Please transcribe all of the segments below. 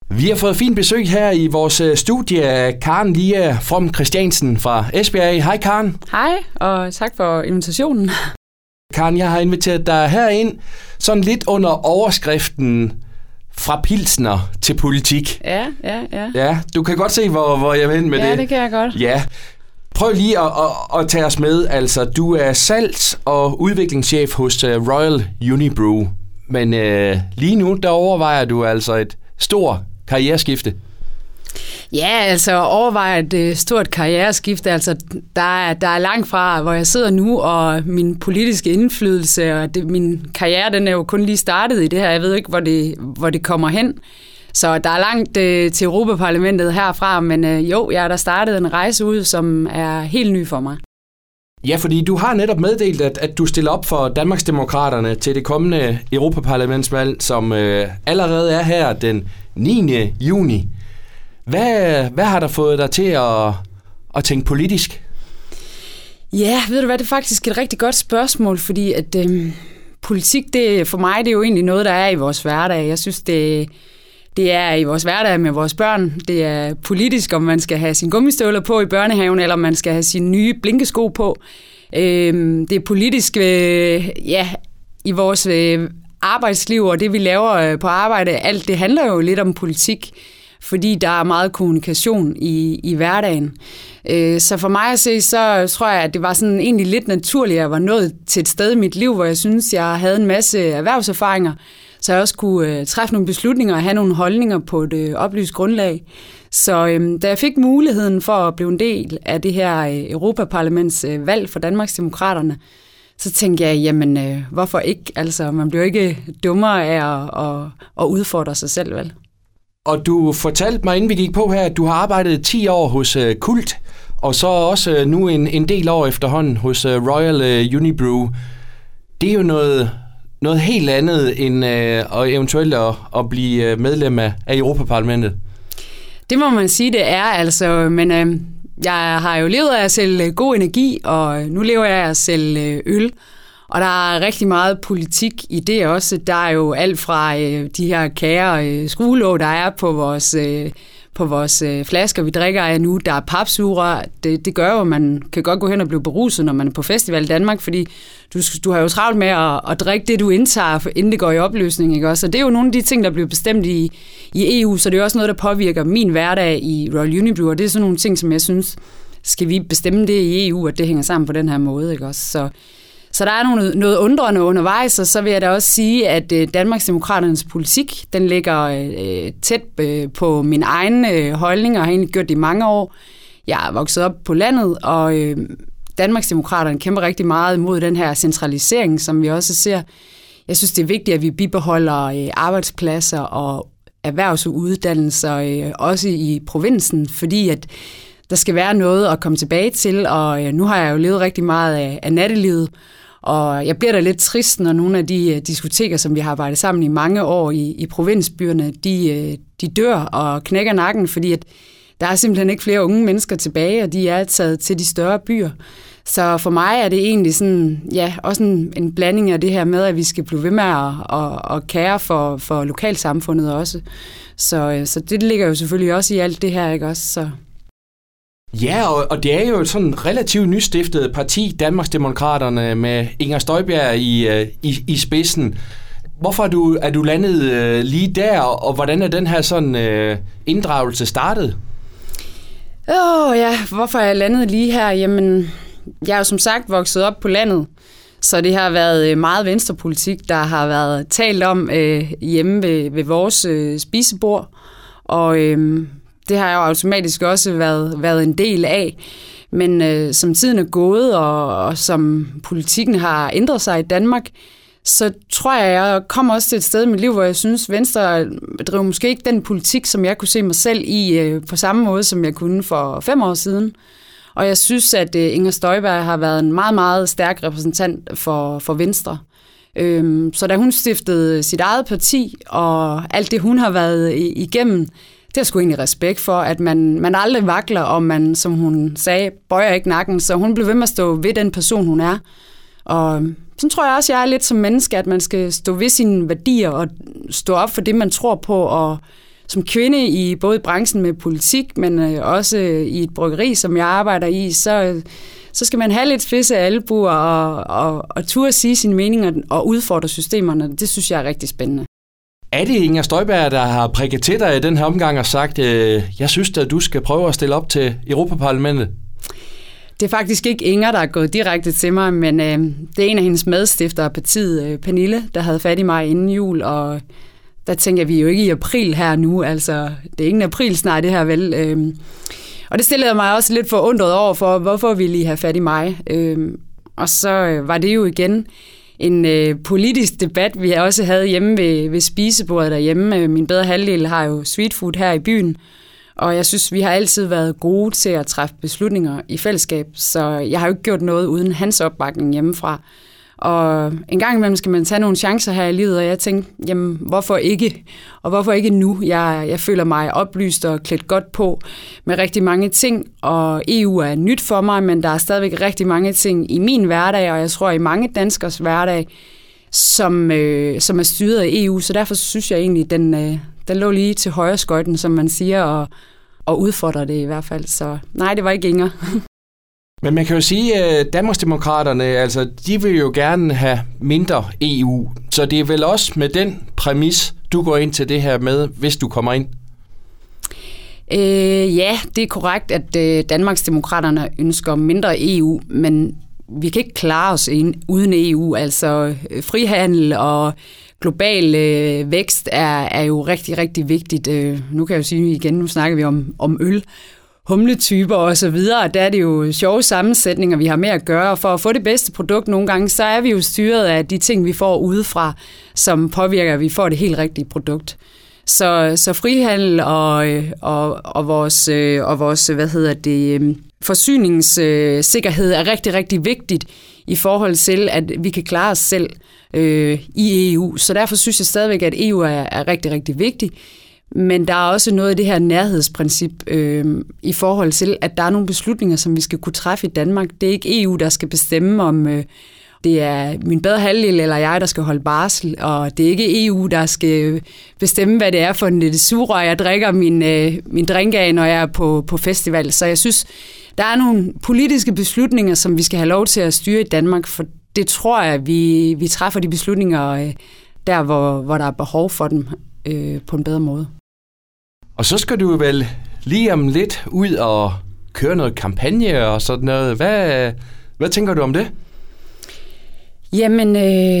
Vi har fået fint besøg her i vores studie af Karen Lia From Christiansen fra Esbjerg. Hej Karen. Hej, og tak for invitationen. Karen, jeg har inviteret dig herind sådan lidt under overskriften fra pilsner til politik. Ja. Ja, du kan godt se, hvor jeg vil med det. Ja, det kan jeg godt. Ja. Prøv lige at tage os med. Altså, du er salgs- og udviklingschef hos Royal Unibrew. Men lige nu, der overvejer du altså et stort karriereskifte. Ja, altså overvejer et stort karriereskifte. Altså, der er langt fra, hvor jeg sidder nu, og min politiske indflydelse, og min karriere, den er jo kun lige startet i det her. Jeg ved ikke, hvor det kommer hen. Så der er langt til Europaparlamentet herfra, men jeg har da startet en rejse ud, som er helt ny for mig. Ja, fordi du har netop meddelt, at du stiller op for Danmarksdemokraterne til det kommende Europaparlamentsvalg, som allerede er her den 9. juni. Hvad har der fået dig til at tænke politisk? Ja, ved du hvad, det er faktisk et rigtig godt spørgsmål, fordi at politik, for mig, det er jo egentlig noget, der er i vores hverdag. Jeg synes, det er i vores hverdag med vores børn. Det er politisk, om man skal have sine gummistøvler på i børnehaven, eller om man skal have sine nye blinkesko på. Det er politisk i vores arbejdsliv, og det vi laver på arbejde. Alt det handler jo lidt om politik, fordi der er meget kommunikation i hverdagen. Så for mig at se, så tror jeg, at det var sådan egentlig lidt naturligt, at jeg var nået til et sted i mit liv, hvor jeg synes, jeg havde en masse erhvervserfaringer, så jeg også kunne træffe nogle beslutninger og have nogle holdninger på et oplyst grundlag. Så da jeg fik muligheden for at blive en del af det her Europaparlaments valg for Danmarksdemokraterne, så tænkte jeg, jamen hvorfor ikke? Altså, man bliver ikke dummere af at udfordre sig selv, vel? Og du fortalte mig, inden vi gik på her, at du har arbejdet 10 år hos Kult, og så også nu en del år efterhånden hos Royal Unibrew. Det er jo noget helt andet end eventuelt at blive medlem af Europaparlamentet. Det må man sige, det er altså, men jeg har jo levet af at sælge god energi, og nu lever jeg af at sælge øl. Og der er rigtig meget politik i det også. Der er jo alt fra de her kære skruelåg, der er på vores flasker, vi drikker af nu. Der er papsugerør. Det gør jo, at man kan godt gå hen og blive beruset, når man er på festival i Danmark, fordi du har jo travlt med at drikke det, du indtager, inden det går i opløsning. Ikke? Så det er jo nogle af de ting, der bliver bestemt i EU, så det er også noget, der påvirker min hverdag i Royal Unibrew, og det er sådan nogle ting, som jeg synes, skal vi bestemme det i EU, at det hænger sammen på den her måde. Ikke? Så der er noget undrende undervejs, og så vil jeg da også sige, at Danmarksdemokraternes politik, den ligger tæt på mine egne holdninger, og har egentlig gjort det i mange år. Jeg er vokset op på landet, og Danmarksdemokraterne kæmper rigtig meget imod den her centralisering, som vi også ser. Jeg synes, det er vigtigt, at vi bibeholder arbejdspladser og erhvervsuddannelser, også i provinsen, fordi at der skal være noget at komme tilbage til, og nu har jeg jo levet rigtig meget af nattelivet, og jeg bliver da lidt trist, når nogle af de diskoteker, som vi har arbejdet sammen i mange år i provinsbyerne, de dør og knækker nakken, fordi at der er simpelthen ikke flere unge mennesker tilbage, og de er taget til de større byer. Så for mig er det egentlig sådan, ja, også en blanding af det her med, at vi skal blive ved med at kære for lokalsamfundet også. Så det ligger jo selvfølgelig også i alt det her, ikke også? Så. Ja, og det er jo et sådan relativt nystiftet parti, Danmarksdemokraterne, med Inger Støjberg i spidsen. Hvorfor er du landet lige der, og hvordan er den her sådan inddragelse startet? Hvorfor er jeg landet lige her? Jamen, jeg er jo som sagt vokset op på landet, så det har været meget venstrepolitik, der har været talt om hjemme ved vores spisebord, og det har jeg jo automatisk også været en del af. Men som tiden er gået, og som politikken har ændret sig i Danmark, så tror jeg kommer også til et sted i mit liv, hvor jeg synes, Venstre driver måske ikke den politik, som jeg kunne se mig selv i på samme måde, som jeg kunne for 5 år siden. Og jeg synes, at Inger Støjberg har været en meget, meget stærk repræsentant for Venstre. Så da hun stiftede sit eget parti, og alt det, hun har været igennem, det har sgu egentlig respekt for, at man aldrig vakler, og man, som hun sagde, bøjer ikke nakken. Så hun blev ved med at stå ved den person, hun er. Og så tror jeg også, jeg er lidt som menneske, at man skal stå ved sine værdier og stå op for det, man tror på, og som kvinde i både branchen med politik, men også i et bryggeri, som jeg arbejder i, så skal man have lidt spidse albuer og turde sige sine meninger og udfordre systemerne. Det synes jeg er rigtig spændende. Er det Inger Støjberg, der har prikket til dig i den her omgang og sagt, jeg synes at du skal prøve at stille op til Europaparlamentet? Det er faktisk ikke Inger, der er gået direkte til mig, men det er en af hendes medstiftere af partiet, Pernille, der havde fat i mig inden jul, og der tænker vi jo ikke i april her nu, altså det er ingen april snart det her vel. Og det stillede mig også lidt forundret over for, hvorfor ville I have fat i mig? Og så var det jo igen en politisk debat, vi også havde hjemme ved spisebordet derhjemme. Min bedre halvdel har jo street food her i byen, og jeg synes, vi har altid været gode til at træffe beslutninger i fællesskab, så jeg har jo ikke gjort noget uden hans opbakning hjemmefra. Og en gang imellem skal man tage nogle chancer her i livet, og jeg tænkte, jamen hvorfor ikke? Og hvorfor ikke nu? Jeg føler mig oplyst og klædt godt på med rigtig mange ting, og EU er nyt for mig, men der er stadigvæk rigtig mange ting i min hverdag, og jeg tror i mange danskers hverdag, som er styret af EU, så derfor synes jeg egentlig, den lå lige til højre skøjten, som man siger, og udfordrer det i hvert fald. Så nej, det var ikke Inger. Men man kan jo sige, at Danmarksdemokraterne, altså, de vil jo gerne have mindre EU. Så det er vel også med den præmis, du går ind til det her med, hvis du kommer ind? Ja, det er korrekt, at Danmarksdemokraterne ønsker mindre EU, men vi kan ikke klare os uden EU. Altså frihandel og global vækst er jo rigtig, rigtig vigtigt. Nu kan jeg jo sige igen, nu snakker vi om øl, humletyper og så videre, og der er det jo sjove sammensætninger, vi har med at gøre, og for at få det bedste produkt nogle gange, så er vi jo styret af de ting, vi får udefra, som påvirker, at vi får det helt rigtige produkt. Så frihandel og vores forsyningssikkerhed er rigtig, rigtig vigtigt i forhold til, at vi kan klare os selv i EU. Så derfor synes jeg stadigvæk, at EU er rigtig, rigtig vigtigt. Men der er også noget af det her nærhedsprincip i forhold til, at der er nogle beslutninger, som vi skal kunne træffe i Danmark. Det er ikke EU, der skal bestemme, om det er min bedre halvdel eller jeg, der skal holde barsel. Og det er ikke EU, der skal bestemme, hvad det er for en lille sugerør, jeg drikker min drink af, når jeg er på festival. Så jeg synes, der er nogle politiske beslutninger, som vi skal have lov til at styre i Danmark. For det tror jeg, vi træffer de beslutninger der, hvor der er behov for dem på en bedre måde. Og så skal du vel lige om lidt ud og køre noget kampagne og sådan noget. Hvad tænker du om det? Jamen,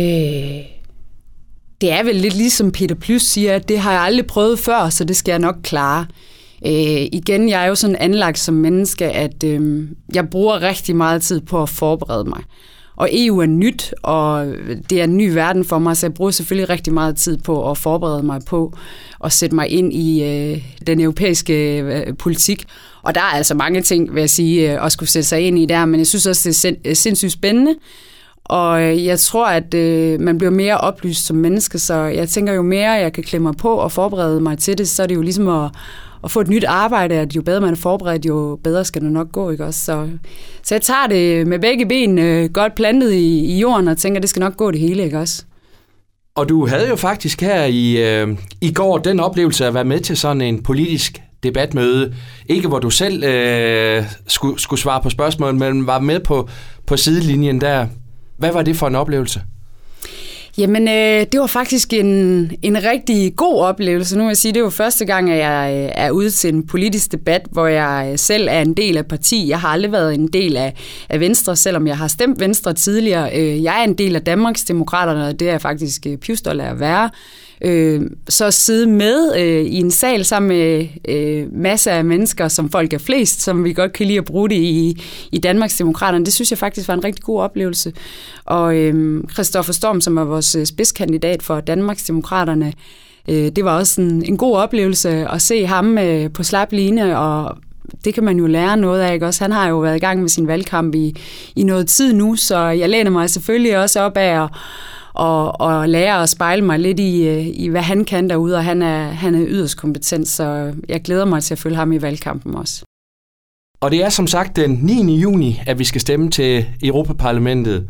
det er vel lidt ligesom Peter Plys siger, at det har jeg aldrig prøvet før, så det skal jeg nok klare. Igen, jeg er jo sådan anlagt som menneske, at jeg bruger rigtig meget tid på at forberede mig. Og EU er nyt, og det er en ny verden for mig, så jeg bruger selvfølgelig rigtig meget tid på at forberede mig på at sætte mig ind i den europæiske politik. Og der er altså mange ting, vil jeg sige, at skulle sætte sig ind i der, men jeg synes også, det er sindssygt spændende. Og jeg tror, at man bliver mere oplyst som menneske, så jeg tænker, jo mere jeg kan klemme mig på og forberede mig til det, så er det jo ligesom at få et nyt arbejde, at jo bedre man er forberedt, jo bedre skal det nok gå, ikke også? Så jeg tager det med begge ben godt plantet i jorden, og tænker, det skal nok gå det hele, ikke også? Og du havde jo faktisk her i går den oplevelse at være med til sådan en politisk debatmøde. Ikke hvor du selv skulle svare på spørgsmål, men var med på sidelinjen der. Hvad var det for en oplevelse? Jamen, det var faktisk en rigtig god oplevelse. Nu vil jeg sige, det var første gang, at jeg er ude til en politisk debat, hvor jeg selv er en del af parti. Jeg har aldrig været en del af Venstre, selvom jeg har stemt Venstre tidligere. Jeg er en del af Danmarksdemokraterne, og det er jeg faktisk pivstolt af at være. Så at sidde med i en sal sammen med masser af mennesker, som folk er flest, som vi godt kan lide at bruge det i Danmarksdemokraterne, det synes jeg faktisk var en rigtig god oplevelse. Og Christoffer Storm, som er vores spidskandidat for Danmarksdemokraterne, det var også en god oplevelse at se ham på slap line, og det kan man jo lære noget af, ikke også? Han har jo været i gang med sin valgkamp i noget tid nu, så jeg læner mig selvfølgelig også op af og lære at spejle mig lidt i hvad han kan derude, og han er yderst kompetent, så jeg glæder mig til at følge ham i valgkampen også. Og det er som sagt den 9. juni, at vi skal stemme til Europaparlamentet.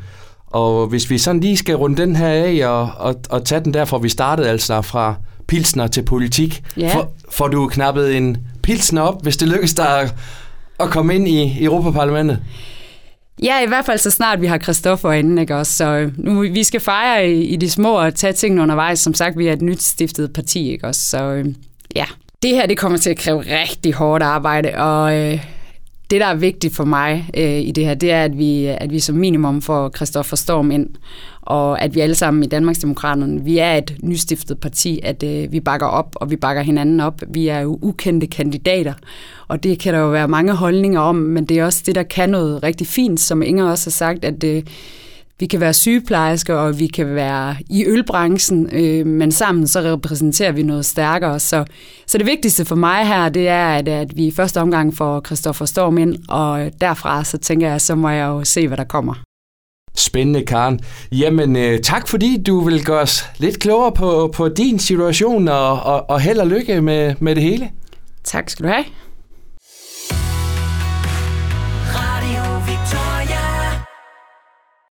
Og hvis vi sådan lige skal runde den her af og tage den der, hvor vi startede, altså fra pilsner til politik, får du knappet en pilsner op, hvis det lykkes dig at komme ind i Europaparlamentet? Ja, i hvert fald så snart vi har Christoffer inden, ikke også? Så nu vi skal fejre i de små og tage tingene undervejs. Som sagt, vi er et nyt stiftet parti, ikke også? Så ja, det her det kommer til at kræve rigtig hårdt arbejde, og det, der er vigtigt for mig i det her, det er, at vi som minimum får Christoffer Storm ind, og at vi alle sammen i Danmarksdemokraterne, vi er et nystiftet parti, at vi bakker op, og vi bakker hinanden op. Vi er jo ukendte kandidater, og det kan der jo være mange holdninger om, men det er også det, der kan noget rigtig fint, som Inger også har sagt, at vi kan være sygeplejersker, og vi kan være i ølbranchen, men sammen så repræsenterer vi noget stærkere. Så det vigtigste for mig her, det er, at vi i første omgang får Christoffer Storm ind, og derfra så tænker jeg, så må jeg jo se, hvad der kommer. Spændende, Karen. Jamen, tak fordi du vil gøre os lidt klogere på din situation, og held og lykke med det hele. Tak skal du have.